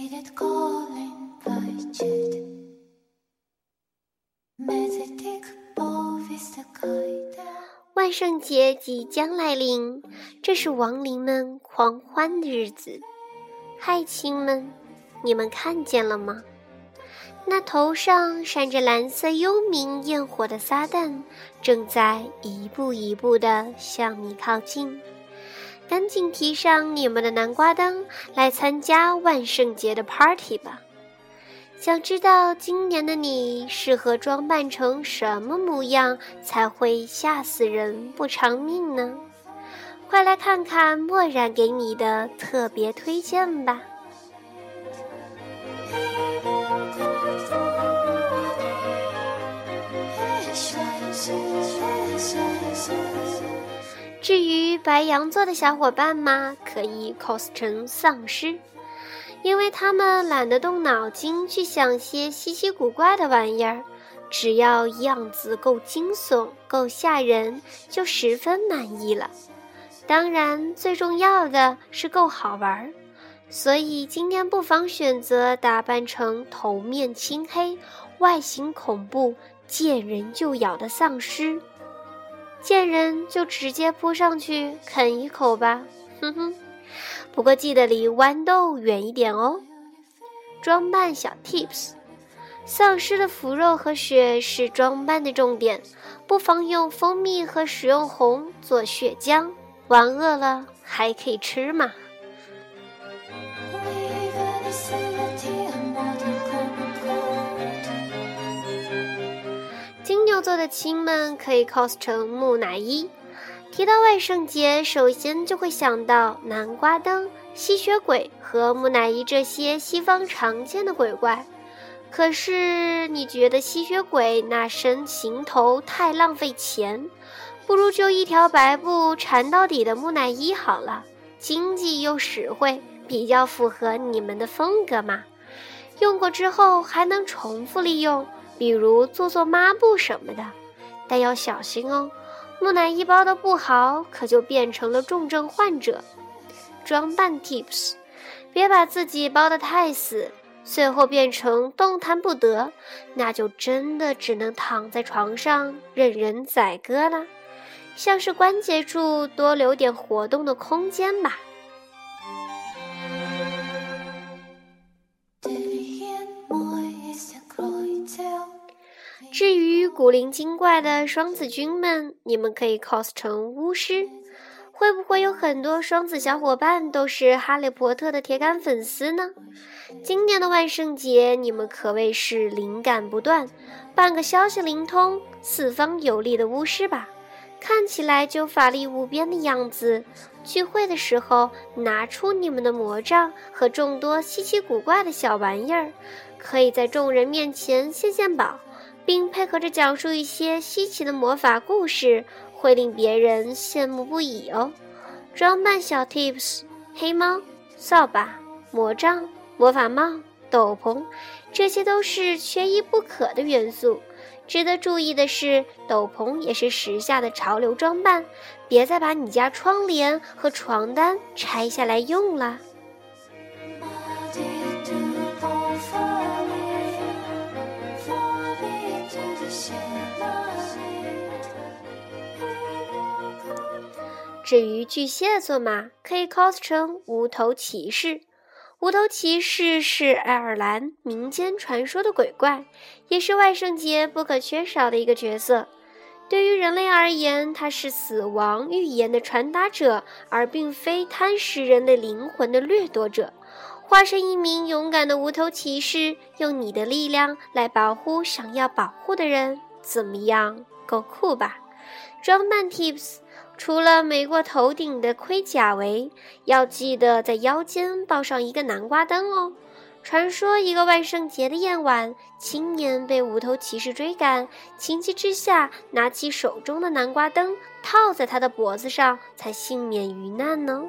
万圣节即将来临，这是亡灵们狂欢的日子。嗨，亲们，你们看见了吗？那头上闪着蓝色幽冥焰火的撒旦，正在一步一步地向你靠近。赶紧提上你们的南瓜灯，来参加万圣节的 party 吧！想知道今年的你适合装扮成什么模样才会吓死人不偿命呢？快来看看墨染给你的特别推荐吧！至于白羊座的小伙伴嘛，可以 cos 成丧尸，因为他们懒得动脑筋去想些稀奇古怪的玩意儿，只要样子够惊悚够吓人就十分满意了。当然最重要的是够好玩，所以今天不妨选择打扮成头面青黑外形恐怖见人就咬的丧尸，见人就直接扑上去啃一口吧，哼哼。不过记得离豌豆远一点哦。装扮小 tips， 丧尸的腐肉和血是装扮的重点，不妨用蜂蜜和食用红做血浆，玩饿了还可以吃嘛。金牛座的亲们可以 cos 成木乃伊。提到万圣节，首先就会想到南瓜灯、吸血鬼和木乃伊这些西方常见的鬼怪。可是你觉得吸血鬼那身行头太浪费钱，不如就一条白布缠到底的木乃伊好了，经济又实惠，比较符合你们的风格嘛。用过之后还能重复利用，比如做抹布什么的。但要小心哦，木乃伊包的不好，可就变成了重症患者。装扮 tips， 别把自己包得太死，最后变成动弹不得，那就真的只能躺在床上任人宰割啦。像是关节处多留点活动的空间吧。至于古灵精怪的双子君们，你们可以 cos 成巫师。会不会有很多双子小伙伴都是哈利波特的铁杆粉丝呢？今年的万圣节你们可谓是灵感不断，扮个消息灵通四方有力的巫师吧，看起来就法力无边的样子。聚会的时候拿出你们的魔杖和众多稀奇古怪的小玩意儿，可以在众人面前献宝，并配合着讲述一些稀奇的魔法故事，会令别人羡慕不已哦。装扮小 tips， 黑猫、扫把、魔杖、魔法帽、斗篷，这些都是缺一不可的元素。值得注意的是，斗篷也是时下的潮流装扮，别再把你家窗帘和床单拆下来用了。至于巨蟹座嘛，可以 cos 成无头骑士。无头骑士是爱尔兰民间传说的鬼怪，也是万圣节不可缺少的一个角色。对于人类而言，他是死亡预言的传达者，而并非贪食人类灵魂的掠夺者。化身一名勇敢的无头骑士，用你的力量来保护想要保护的人，怎么样？够酷吧？装扮 tips， 除了没过头顶的盔甲围，要记得在腰间抱上一个南瓜灯哦。传说一个万圣节的夜晚，青年被无头骑士追赶，情急之下拿起手中的南瓜灯套在他的脖子上，才幸免于难呢。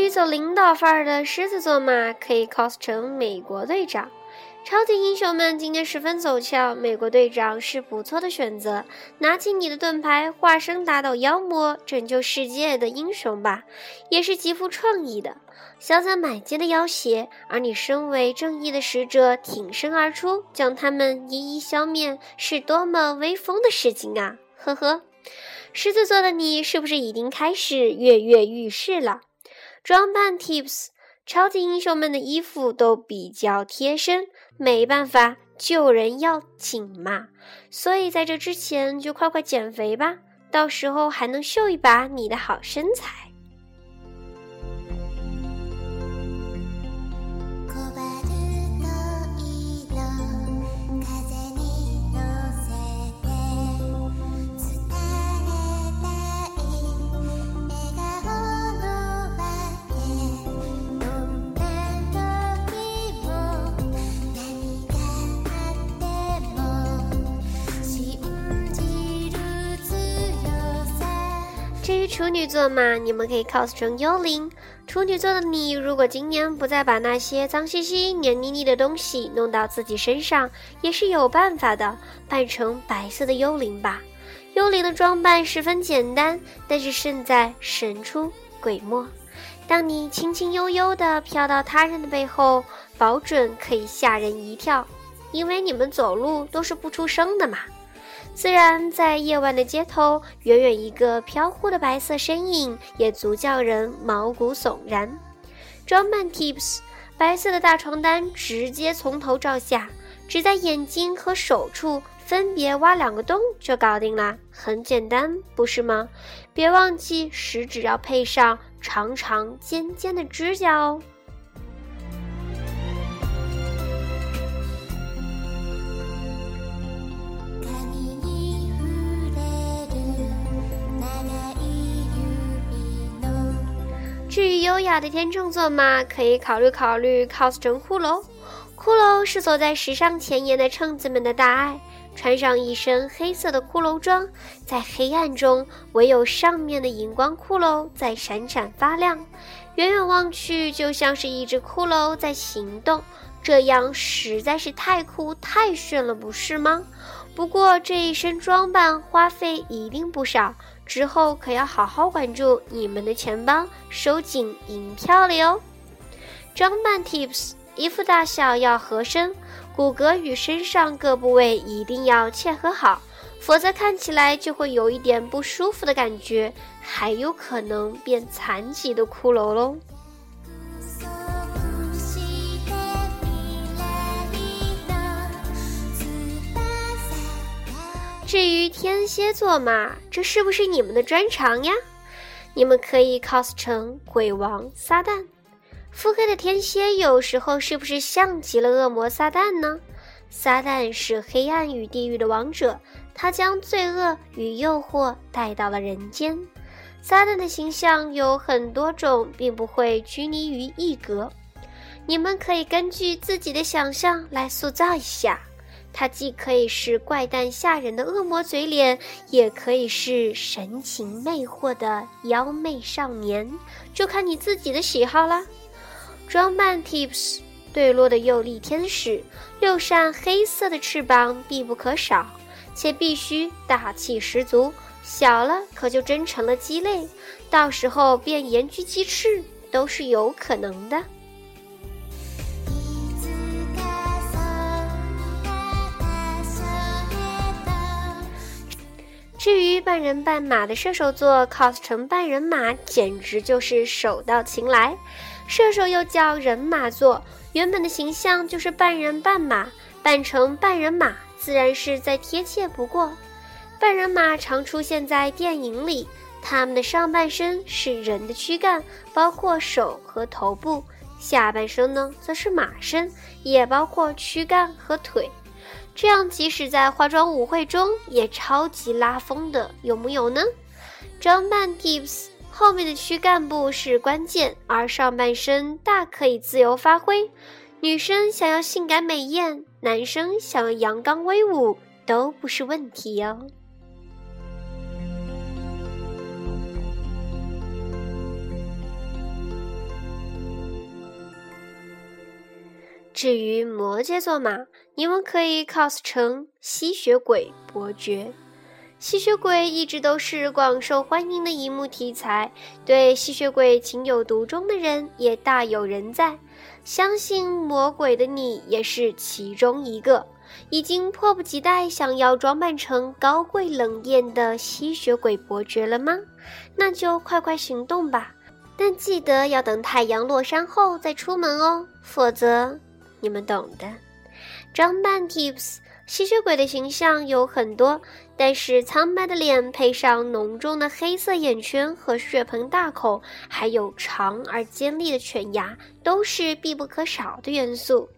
于走领导范儿的狮子座嘛，可以 cos 成美国队长。超级英雄们今天十分走俏，美国队长是不错的选择。拿起你的盾牌，化身打倒妖魔，拯救世界的英雄吧，也是极富创意的。想想满街的妖邪，而你身为正义的使者挺身而出，将他们一一消灭，是多么威风的事情啊！呵呵，狮子座的你是不是已经开始跃跃欲试了？装扮 tips， 超级英雄们的衣服都比较贴身，没办法，救人要紧嘛，所以在这之前就快快减肥吧，到时候还能秀一把你的好身材。至于处女座嘛，你们可以 cos 成幽灵。处女座的你，如果今年不再把那些脏兮兮、黏腻腻的东西弄到自己身上，也是有办法的，扮成白色的幽灵吧。幽灵的装扮十分简单，但是胜在神出鬼没。当你轻轻悠悠地飘到他人的背后，保准可以吓人一跳，因为你们走路都是不出声的嘛。自然在夜晚的街头，远远一个飘忽的白色身影也足叫人毛骨悚然。装扮 tips， 白色的大床单直接从头照下，只在眼睛和手处分别挖2个洞就搞定了，很简单不是吗？别忘记食指要配上长长尖尖的指甲哦。至于优雅的天秤座嘛，可以考虑 cos 成骷髅。骷髅是走在时尚前沿的秤子们的大爱，穿上一身黑色的骷髅装，在黑暗中唯有上面的荧光骷髅在闪闪发亮，远远望去就像是一只骷髅在行动，这样实在是太酷太炫了，不是吗？不过这一身装扮花费一定不少，之后可要好好管住你们的钱包，收紧银票了哟。装扮 tips， 衣服大小要合身，骨骼与身上各部位一定要切合好，否则看起来就会有一点不舒服的感觉，还有可能变残疾的骷髅咯。至于天蝎座嘛，这是不是你们的专长呀？你们可以 cos 成鬼王撒旦。腹黑的天蝎有时候是不是像极了恶魔撒旦呢？撒旦是黑暗与地狱的王者，他将罪恶与诱惑带到了人间。撒旦的形象有很多种，并不会拘泥于一格，你们可以根据自己的想象来塑造一下。它既可以是怪诞吓人的恶魔嘴脸，也可以是神情魅惑的妖媚少年，就看你自己的喜好啦。装扮 tips， 坠落的幼力天使，6扇黑色的翅膀必不可少，且必须大气十足，小了可就真成了鸡肋，到时候变盐焗鸡翅都是有可能的。至于半人半马的射手座 cos 成半人马，简直就是手到擒来。射手又叫人马座，原本的形象就是半人半马，扮成半人马自然是再贴切不过。半人马常出现在电影里，他们的上半身是人的躯干，包括手和头部，下半身呢则是马身，也包括躯干和腿。这样即使在化妆舞会中也超级拉风的，有木有呢？装扮 tips， 后面的躯干部是关键，而上半身大可以自由发挥。女生想要性感美艳，男生想要阳刚威武，都不是问题哦。 至于摩羯座嘛，你们可以 cos 成吸血鬼伯爵。吸血鬼一直都是广受欢迎的一幕题材，对吸血鬼情有独钟的人也大有人在。相信魔鬼的你也是其中一个，已经迫不及待想要装扮成高贵冷艳的吸血鬼伯爵了吗？那就快快行动吧，但记得要等太阳落山后再出门哦，否则你们懂的。装扮 tips， 吸血鬼的形象有很多，但是苍白的脸配上浓重的黑色眼圈和血盆大口，还有长而尖利的犬牙，都是必不可少的元素。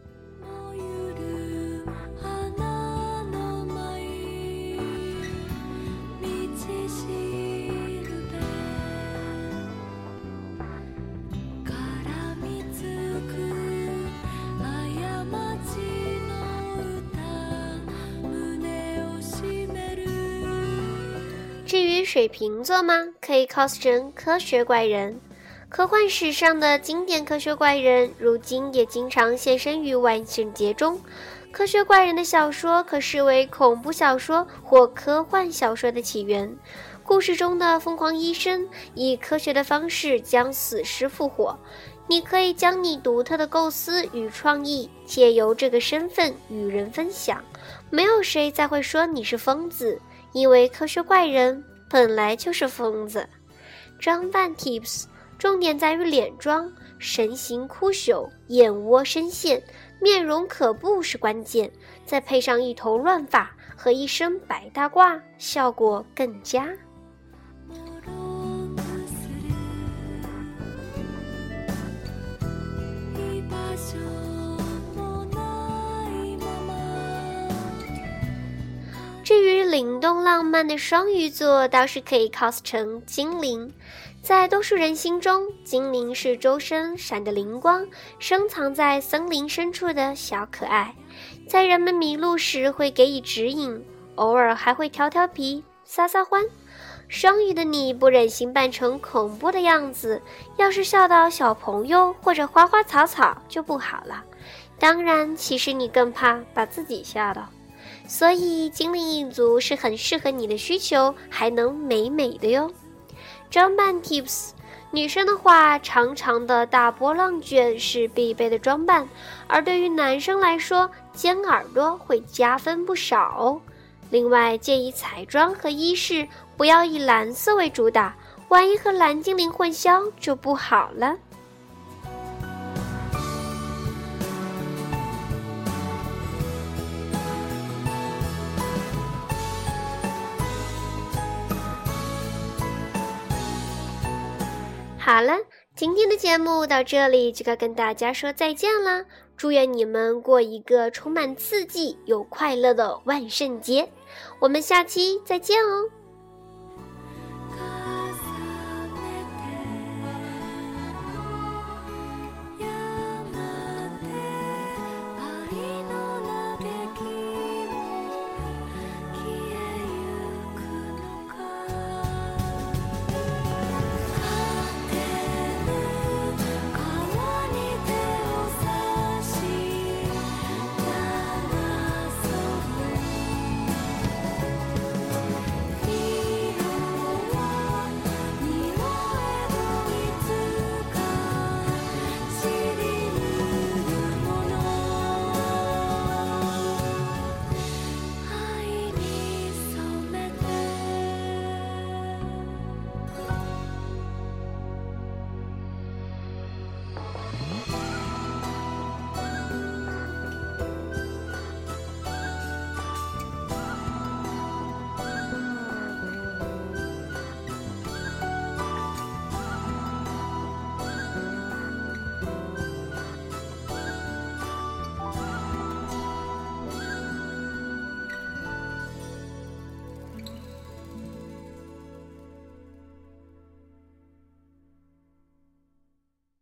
至于水瓶座吗？可以 cos 成科学怪人。科幻史上的经典科学怪人，如今也经常现身于万圣节中。科学怪人的小说可视为恐怖小说或科幻小说的起源。故事中的疯狂医生以科学的方式将死尸复活。你可以将你独特的构思与创意借由这个身份与人分享，没有谁再会说你是疯子，因为科学怪人本来就是疯子。装扮 tips， 重点在于脸妆，神形枯朽，眼窝深陷，面容可怖是关键，再配上一头乱发和一身白大褂，效果更佳。至于灵动浪漫的双鱼座，倒是可以 cos 成精灵。在多数人心中，精灵是周身闪着灵光，深藏在森林深处的小可爱，在人们迷路时会给予指引，偶尔还会调调皮撒撒欢。双鱼的你不忍心扮成恐怖的样子，要是笑到小朋友或者花花草草就不好了。当然，其实你更怕把自己吓到。所以精灵一族是很适合你的需求，还能美美的哟。装扮 tips， 女生的话，长长的大波浪卷是必备的装扮，而对于男生来说，尖耳朵会加分不少哦。另外，建议彩妆和衣饰不要以蓝色为主打，万一和蓝精灵混淆就不好了。好了，今天的节目到这里就该跟大家说再见了。祝愿你们过一个充满刺激又快乐的万圣节，我们下期再见哦。